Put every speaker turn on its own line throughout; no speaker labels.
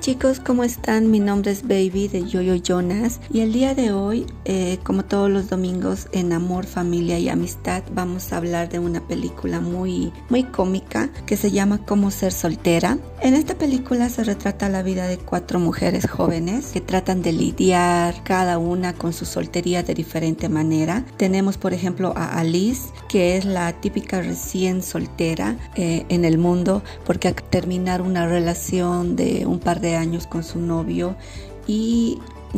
chicos, ¿cómo están? Mi nombre es Baby de Yoyo Jonas y el día de hoy, como todos los domingos en Amor, Familia y Amistad, vamos a hablar de una película muy cómica que se llama Cómo ser soltera. En esta película se retrata la vida de 4 mujeres jóvenes que tratan de lidiar cada una con su soltería de diferente manera. Tenemos por ejemplo a Alice, que es la típica recién soltera en el mundo porque acaba de terminar una relación de un par de años con su novio y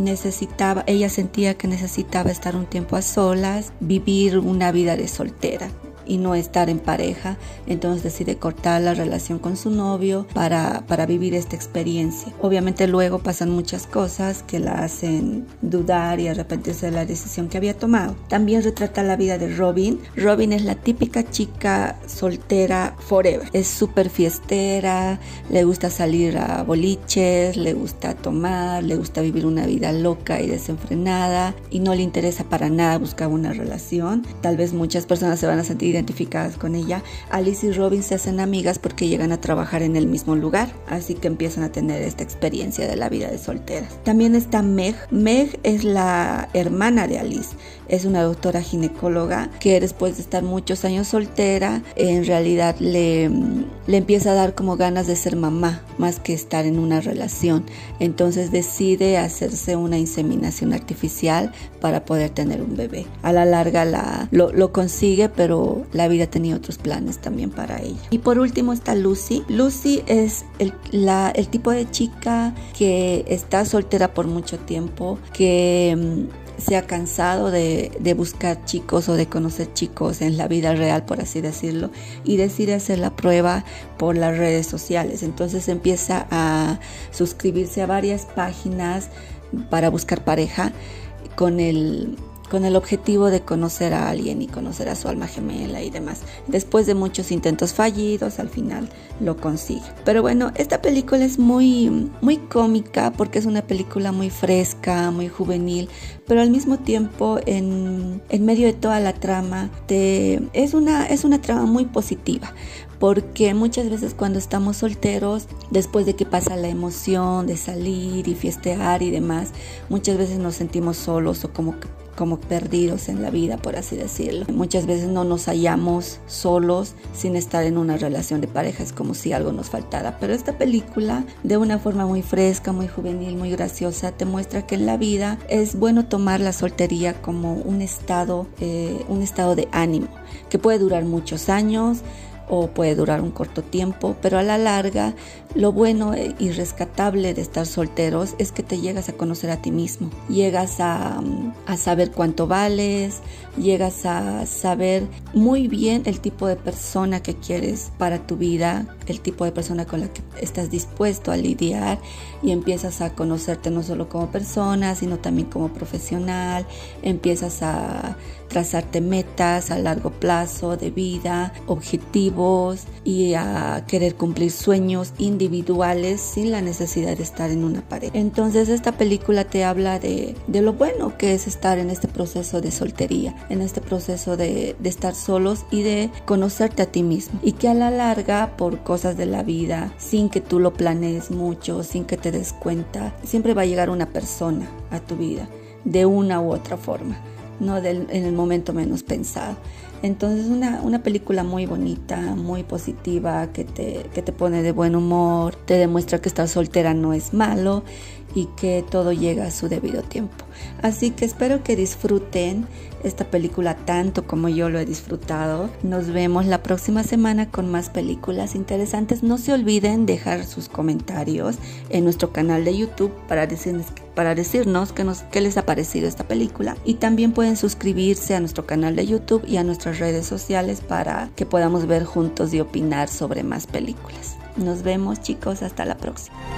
ella sentía que necesitaba estar un tiempo a solas, vivir una vida de soltera y no estar en pareja. Entonces decide cortar la relación con su novio para vivir esta experiencia. Obviamente luego pasan muchas cosas que la hacen dudar y arrepentirse de la decisión que había tomado. También retrata la vida de Robin. Robin es la típica chica soltera forever. Es súper fiestera, le gusta salir a boliches, le gusta tomar, le gusta vivir una vida loca y desenfrenada y no le interesa para nada buscar una relación. Tal vez muchas personas se van a sentir identificadas con ella. Alice y Robin se hacen amigas porque llegan a trabajar en el mismo lugar, así que empiezan a tener esta experiencia de la vida de solteras. También está Meg. Meg es la hermana de Alice, es una doctora ginecóloga que después de estar muchos años soltera, en realidad le empieza a dar como ganas de ser mamá, más que estar en una relación. Entonces decide hacerse una inseminación artificial para poder tener un bebé. A la larga lo consigue, pero la vida tenía otros planes también para ella. Y por último está Lucy. Lucy es el tipo de chica que está soltera por mucho tiempo, que se ha cansado de buscar chicos o de conocer chicos en la vida real, por así decirlo, y decide hacer la prueba por las redes sociales. Entonces empieza a suscribirse a varias páginas para buscar pareja con el objetivo de conocer a alguien y conocer a su alma gemela y demás. Después de muchos intentos fallidos, al final lo consigue. Pero bueno, esta película es muy cómica porque es una película muy fresca, muy juvenil, pero al mismo tiempo en medio de toda la trama es una trama muy positiva. Porque muchas veces cuando estamos solteros, después de que pasa la emoción de salir y fiestear y demás, muchas veces nos sentimos solos o como perdidos en la vida, por así decirlo. Muchas veces no nos hallamos solos sin estar en una relación de pareja, es como si algo nos faltara. Pero esta película, de una forma muy fresca, muy juvenil, muy graciosa, te muestra que en la vida es bueno tomar la soltería como un estado de ánimo, que puede durar muchos años o puede durar un corto tiempo, pero a la larga lo bueno y rescatable de estar solteros es que te llegas a conocer a ti mismo, llegas a saber cuánto vales, llegas a saber muy bien el tipo de persona que quieres para tu vida, el tipo de persona con la que estás dispuesto a lidiar, y empiezas a conocerte no solo como persona, sino también como profesional. Empiezas a trazarte metas a largo plazo de vida, objetivos, y a querer cumplir sueños individuales sin la necesidad de estar en una pareja. Entonces esta película te habla de lo bueno que es estar en este proceso de soltería, en este proceso de estar solos y de conocerte a ti mismo, y que a la larga, por cosas de la vida, sin que tú lo planees mucho, sin que te des cuenta, siempre va a llegar una persona a tu vida de una u otra forma, no en el momento menos pensado. Entonces una película muy bonita, muy positiva, que te pone de buen humor, te demuestra que estar soltera no es malo y que todo llega a su debido tiempo. Así que espero que disfruten esta película tanto como yo lo he disfrutado. Nos vemos la próxima semana con más películas interesantes. No se olviden dejar sus comentarios en nuestro canal de YouTube para decirnos qué les ha parecido esta película, y también pueden suscribirse a nuestro canal de YouTube y a nuestras redes sociales para que podamos ver juntos y opinar sobre más películas. Nos vemos, chicos, hasta la próxima.